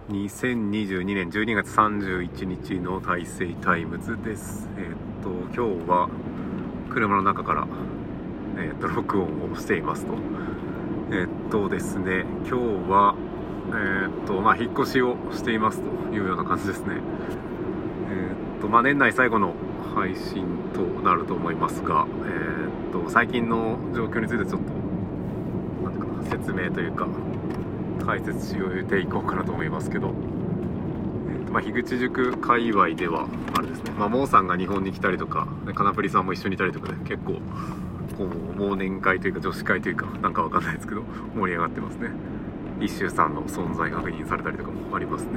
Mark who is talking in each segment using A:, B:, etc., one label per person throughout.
A: 2022年12月31日の大成タイムズです。今日は車の中から、録音をしていますと。ですね、今日は、引っ越しをしていますというような感じですね。年内最後の配信となると思いますが、最近の状況についてちょっとなんていうか説明というか解説していこうかなと思いますけど、樋口塾界隈ではあれですね、モーさんが日本に来たりとかカナプリさんも一緒にいたりとかで、結構こう忘年会というか女子会というかなんかわかんないですけど盛り上がってますね。一周さんの存在確認されたりとかもありますね。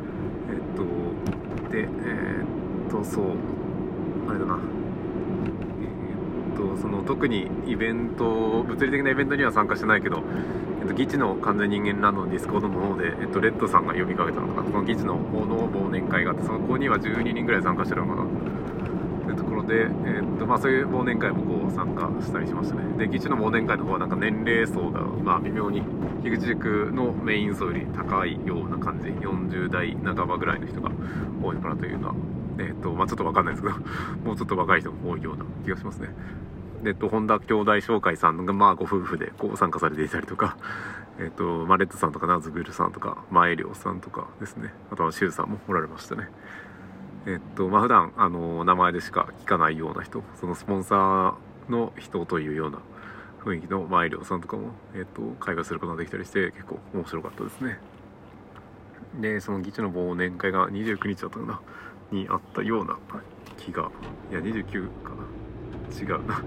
A: そうあれだな、その特にイベント、物理的なイベントには参加してないけど、議事の完全人間ランドのディスコードの方で、レッドさんが呼びかけたのかな、その議事の方の忘年会があって、そこには12人ぐらい参加してるのかなというところで、そういう忘年会もこう参加したりしましたね。で、議事の忘年会の方はなんか年齢層が微妙に樋口塾のメイン層より高いような感じ、40代半ばぐらいの人が多いのかなというのは、ちょっと分かんないですけどもうちょっと若い人も多いような気がしますね。本田兄弟紹介さんがご夫婦でこう参加されていたりとか、レッドさんとかナズグルさんとか前涼さんとかですね、あとはシュウさんもおられましたね。普段名前でしか聞かないような人、そのスポンサーの人というような雰囲気の前涼さんとかも、会話することができたりして結構面白かったですね。で、その議事の忘年会が29日だったかなにあったような気が、いや29かな、違うな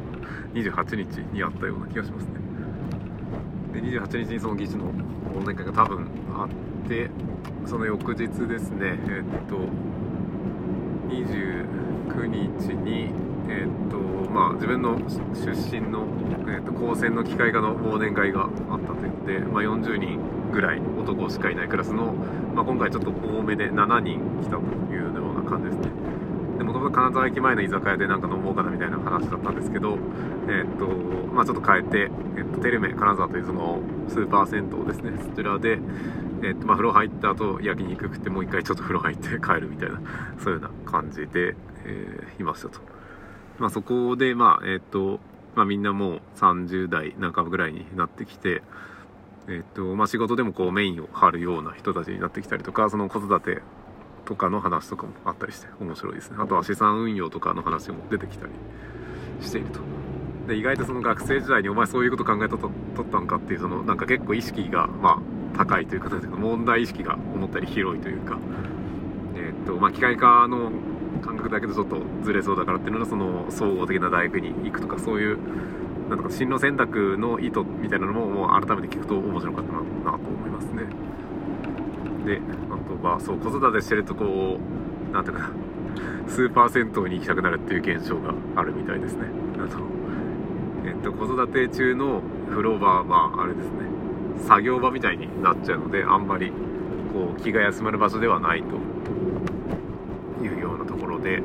A: 28日にあったような気がしますね。で、28日にその議事の忘年会が多分あって、その翌日ですね、29日に自分の出身の、高専の機械科の忘年会があったというので、40人ぐらい男しかいないクラスの、今回ちょっと多めで7人来たというような感じですね。で、もともと金沢駅前の居酒屋でなんか飲もうかなみたいな話だったんですけど、ちょっと変えて、テルメ金沢というそのスーパー銭湯ですね、そちらで、風呂入った後焼肉食ってもう一回ちょっと風呂入って帰るみたいな、そういうような感じで、いましたと。そこでみんなもう30代半ばぐらいになってきて、仕事でもこうメインを張るような人たちになってきたりとか、その子育てとかの話とかもあったりして面白いですね。あとは資産運用とかの話も出てきたりしていると。で、意外とその学生時代にお前そういうこと考えとったんかっていう、そのなんか結構意識が高いというか、問題意識が思ったり広いというか、機械科の感覚だけどちょっとずれそうだからっていうのが、その総合的な大学に行くとか、そういうなんか進路選択の意図みたいなのももう改めて聞くと面白かったなと思いますね。で、あとはそう、子育てしてるとこうなんていうかな、スーパー銭湯に行きたくなるっていう現象があるみたいですね。子育て中の風呂場はあれですね、作業場みたいになっちゃうので、あんまりこう気が休まる場所ではないというようなところで、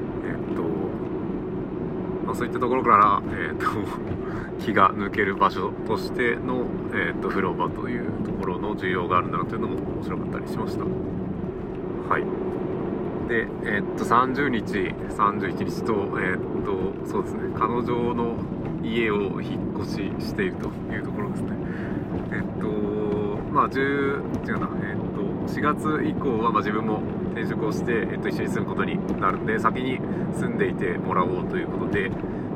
A: そういったところから、気が抜ける場所としての、風呂場というところの需要があるんだなというのも面白かったりしました。はい。で、30日、31日と、そうですね、彼女の家を引っ越ししているというところですね。4月以降は自分も転職をして、一緒に住むことになるんで、先に住んでいてもらおうということで、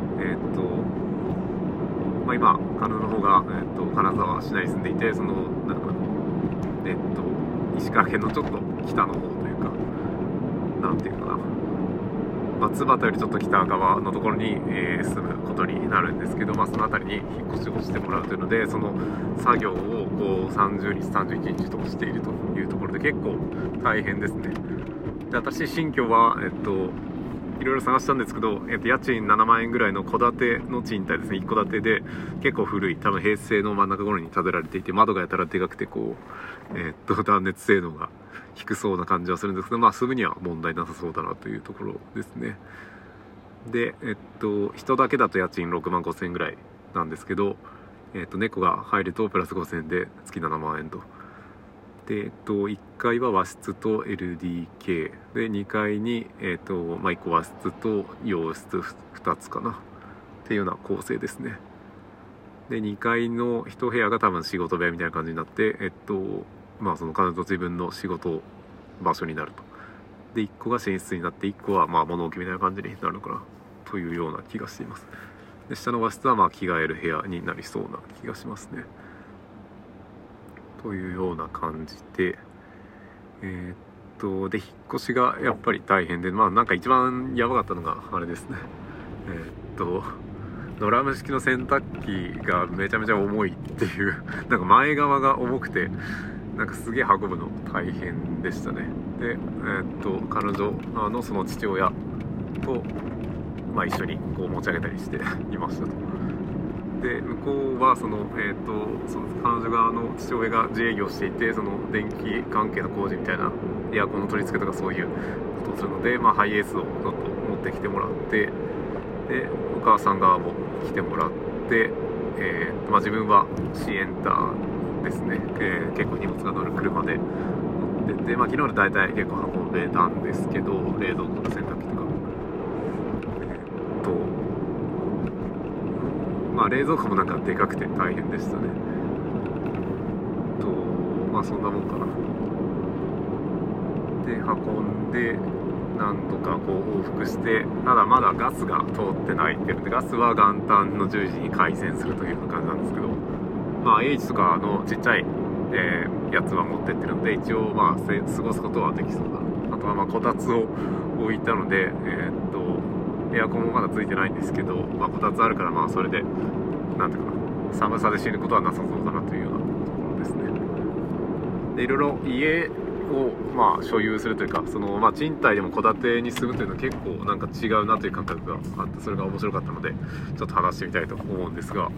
A: 今彼女の方が、金沢市内に住んでいて、そのなんか石川県のちょっと北の方というか、なんていうかな、松畑よりちょっと北側のところに、住むことになるんですけど、その辺りに引っ越しをしてもらうというので、その作業をこう30日31日としているというところで結構大変ですね。で、私新居はいろいろ探したんですけど、家賃7万円ぐらいの戸建ての賃貸ですね、一戸建てで結構古い、多分平成の真ん中頃に建てられていて、窓がやたらでかくてこう、断熱性能が低そうな感じはするんですけど、住むには問題なさそうだなというところですね。で、人だけだと家賃6万5千円ぐらいなんですけど、猫が入るとプラス5千円で月7万円とで、1階は和室と LDK で、2階に、1個和室と洋室2つかなっていうような構成ですね。で、2階の1部屋が多分仕事部屋みたいな感じになって、その彼女と自分の仕事場所になると。で、1個が寝室になって、1個は物置みたいな感じになるのかなというような気がしています。で、下の和室は着替える部屋になりそうな気がしますね。というような感じで、で、引っ越しがやっぱり大変で、なんか一番やばかったのがあれですね。ドラム式の洗濯機がめちゃめちゃ重いっていう、なんか前側が重くて、なんかすげえ運ぶの大変でしたね。で、彼女のその父親と、一緒にこう持ち上げたりしていましたと。で、向こうはその彼女側の父親が自営業していて、その電気関係の工事みたいなエアコンの取り付けとかそういうことをするので、ハイエースをちょっと持ってきてもらって、で、お母さん側も来てもらって、自分はシエンターですね、結構荷物が乗る車で乗ってて、昨日で大体結構運べたんですけど、冷蔵庫と洗濯機とか、冷蔵庫もなんかでかくて大変でしたね。そんなもんかな。で、運んでなんとかこう往復して、ただまだガスが通ってないっていうので、ガスは元旦の10時に開栓するという感じなんですけど、H とかのちっちゃい、やつは持ってってるので、一応過ごすことはできそうだ。あとはこたつを置いたので、エアコンもまだついてないんですけど、こたつあるからそれでなんていうかな、寒さで死ぬことはなさそうだなというようなところですね。で、いろいろ家を所有するというか、その賃貸でも戸建てに住むというのは結構なんか違うなという感覚があって、それが面白かったのでちょっと話してみたいと思うんですが、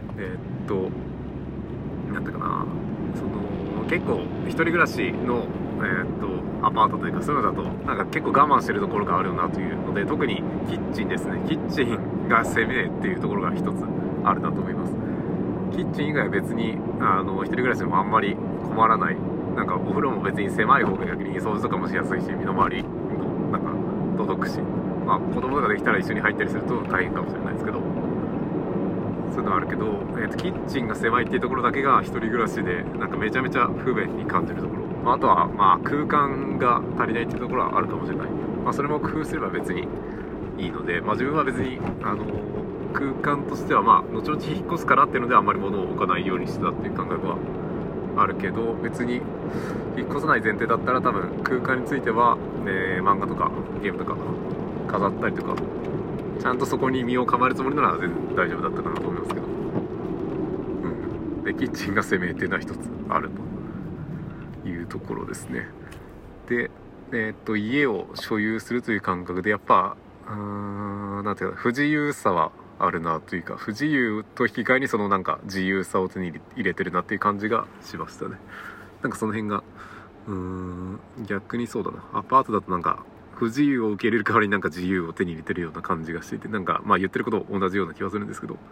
A: なんていうかな、その結構一人暮らしのアパートというか、そういうのだとなんか結構我慢してるところがあるよなというので、特にキッチンですね。キッチンが攻めっていうところが一つあるなと思います。キッチン以外は別に一人暮らしでもあんまり困らない。なんかお風呂も別に狭い方が逆に掃除とかもしやすいし、身の回りもなんか届くし、子供とかできたら一緒に入ったりすると大変かもしれないですけど、そういうのはあるけど、キッチンが狭いっていうところだけが一人暮らしでなんかめちゃめちゃ不便に感じるところ。あとは空間が足りないっていうところはあるかもしれない。それも工夫すれば別にいいので、自分は別に空間としては後々引っ越すからっていうのであんまり物を置かないようにしてたっていう感覚はあるけど、別に引っ越さない前提だったら多分空間については、漫画とかゲームとか飾ったりとか、ちゃんとそこに身を構えるつもりなら全然大丈夫だったかなと思いますけど、でキッチンが攻めっていうのは一つあるというところですね。で、家を所有するという感覚でやっぱなんていうか、不自由さはあるなというか、不自由と引き換えにそのなんか自由さを手に入れてるなっていう感じがしましたね。なんかその辺が逆にそうだな、アパートだとなんか不自由を受け入れる代わりになんか自由を手に入れてるような感じがしていて、なんか言ってること同じような気がするんですけど、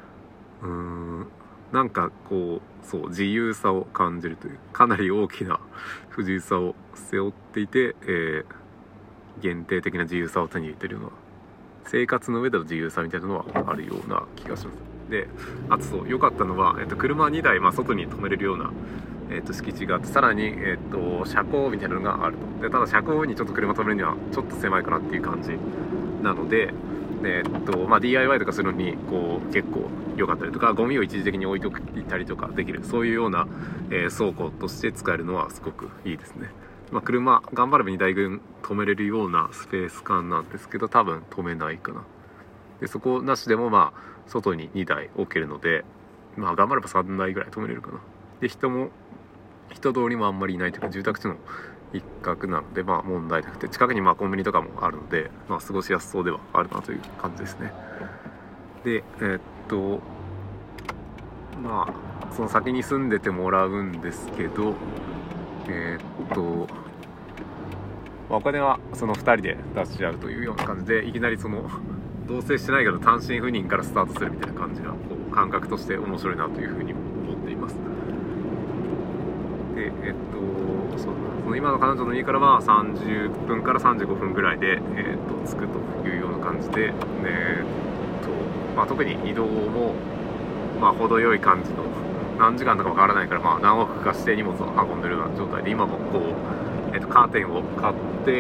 A: なんかこうそう自由さを感じるという、かなり大きな不自由さを背負っていて、限定的な自由さを手に入れてるような、生活の上での自由さみたいなのはあるような気がします。で、あとそう良かったのは、車2台外に止めれるような、敷地があって、さらに、車庫みたいなのがあると。で、ただ車庫にちょっと車止めるにはちょっと狭いかなっていう感じなので、DIY とかするのにこう結構良かったりとか、ゴミを一時的に置いといたりとかできる、そういうような、倉庫として使えるのはすごくいいですね。車頑張れば2台分止めれるようなスペース感なんですけど、多分止めないかな。で、そこなしでも外に2台置けるので、頑張れば3台ぐらい止めれるかな。で、人通りもあんまりいないというか、住宅地の一角なので問題なくて、近くにコンビニとかもあるので、過ごしやすそうではあるなという感じですね。で、その先に住んでてもらうんですけど、お金はその2人で出し合うというような感じで、いきなりその同棲してないけど単身赴任からスタートするみたいな感じがこう感覚として面白いなというふうに思っています。で、 その今の彼女の家からは30分から35分ぐらいで、着くというような感じで、特に移動も、程よい感じの、何時間とかわからないから、何往復かして荷物を運んでるような状態で、今もこう、カーテンを買って、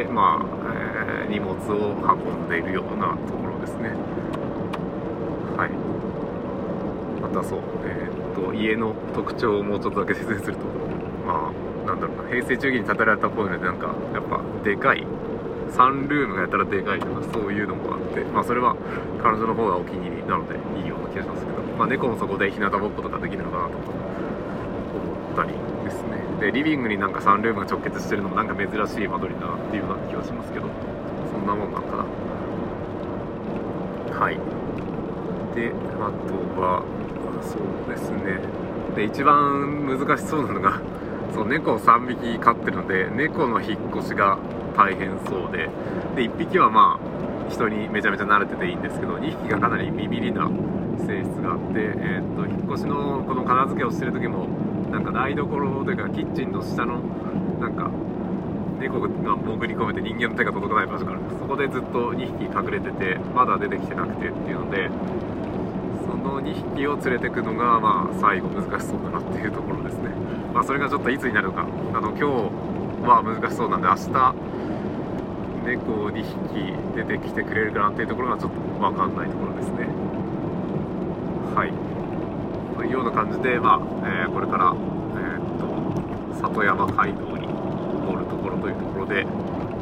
A: 荷物を運んでいるようなところですね。はい。またそう、家の特徴をもうちょっとだけ説明すると、平成中期に建てられたっぽいので、やっぱでかいサンルームがやったらでかいとか、そういうのもあって、それは彼女の方がお気に入りなのでいいような気がしますけど、猫もそこで日向ぼっことかできるのかなと思ったりですね。でリビングにサンルームが直結してるのも珍しい間取りだなっていうような気がしますけど、そんなもんなんかな。はい。であとはそうですね、で一番難しそうなのが猫を3匹飼ってるので、猫の引っ越しが大変そうで、1匹は人にめちゃめちゃ慣れてていいんですけど、2匹がかなりビビりな性質があって、引っ越しのこの片付けをしてる時も台所というかキッチンの下の猫が潜り込めて人間の手が届かない場所があるんです。そこでずっと2匹隠れてて、まだ出てきてなくてっていうので、その2匹を連れてくのが最後難しそうだなっていうところですね。それがちょっといつになるのか、今日は難しそうなんで、明日猫2匹出てきてくれるかなっていうところがちょっと分かんないところですね。はい、というような感じで、これから、里山街道に登るところというところで、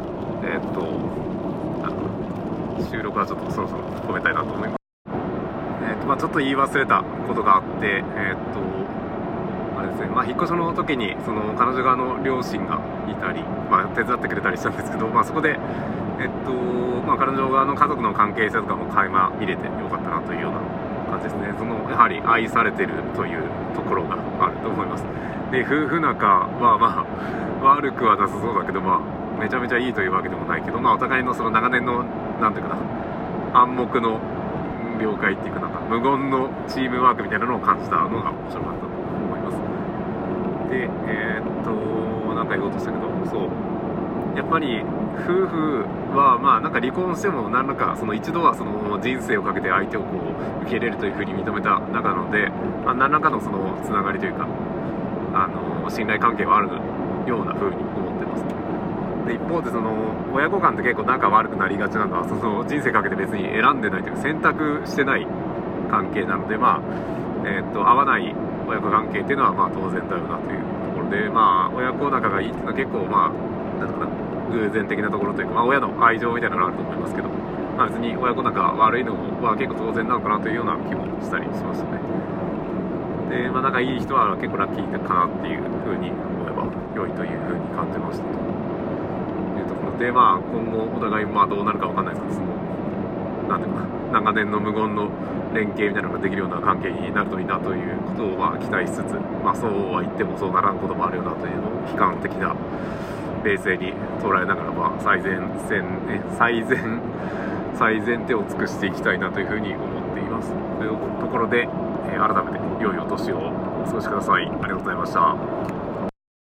A: 収録はちょっとそろそろ止めたいなと思います。ちょっと言い忘れたことがあって、あれですね、引っ越しの時に彼女側の両親がいたり、手伝ってくれたりしたんですけど、そこで、彼女側の家族の関係性とかも垣間見れてよかったなというような感じですね。やはり愛されてるというところがあると思います。で夫婦仲は悪くはなさそうだけど、めちゃめちゃいいというわけでもないけど、お互いの長年の暗黙の了解っていうか、無言のチームワークみたいなのを感じたのが面白かったと思います。で言おうとしたけど、やっぱり夫婦は離婚しても何らか一度は人生をかけて相手を受け入れるというふうに認めた中なので、何らかのつながりというか信頼関係はあるようなふうに思ってます。で一方で親子間って結構仲悪くなりがちなのは人生かけて別に選んでないというか選択してない関係なので、合わない親子関係っていうのは当然だよなというところで、親子仲がいいっていうのは結構偶然的なところというか、親の愛情みたいなのがあると思いますけど、別に親子仲悪いのは結構当然なのかなというような気もしたりしましたね。で仲いい人は結構ラッキーかなっていうふうに思えば良いというふうに感じましたというところで、今後お互いどうなるか分かんないですけど、長年の無言の連携みたいなのができるような関係になるといいなということを期待しつつ、そうは言ってもそうならんこともあるよなというのを悲観的な冷静に捉えながら、最善手を尽くしていきたいなというふうに思っています。というところで、改めて良いお年をお過ごしください。ありがとうございました。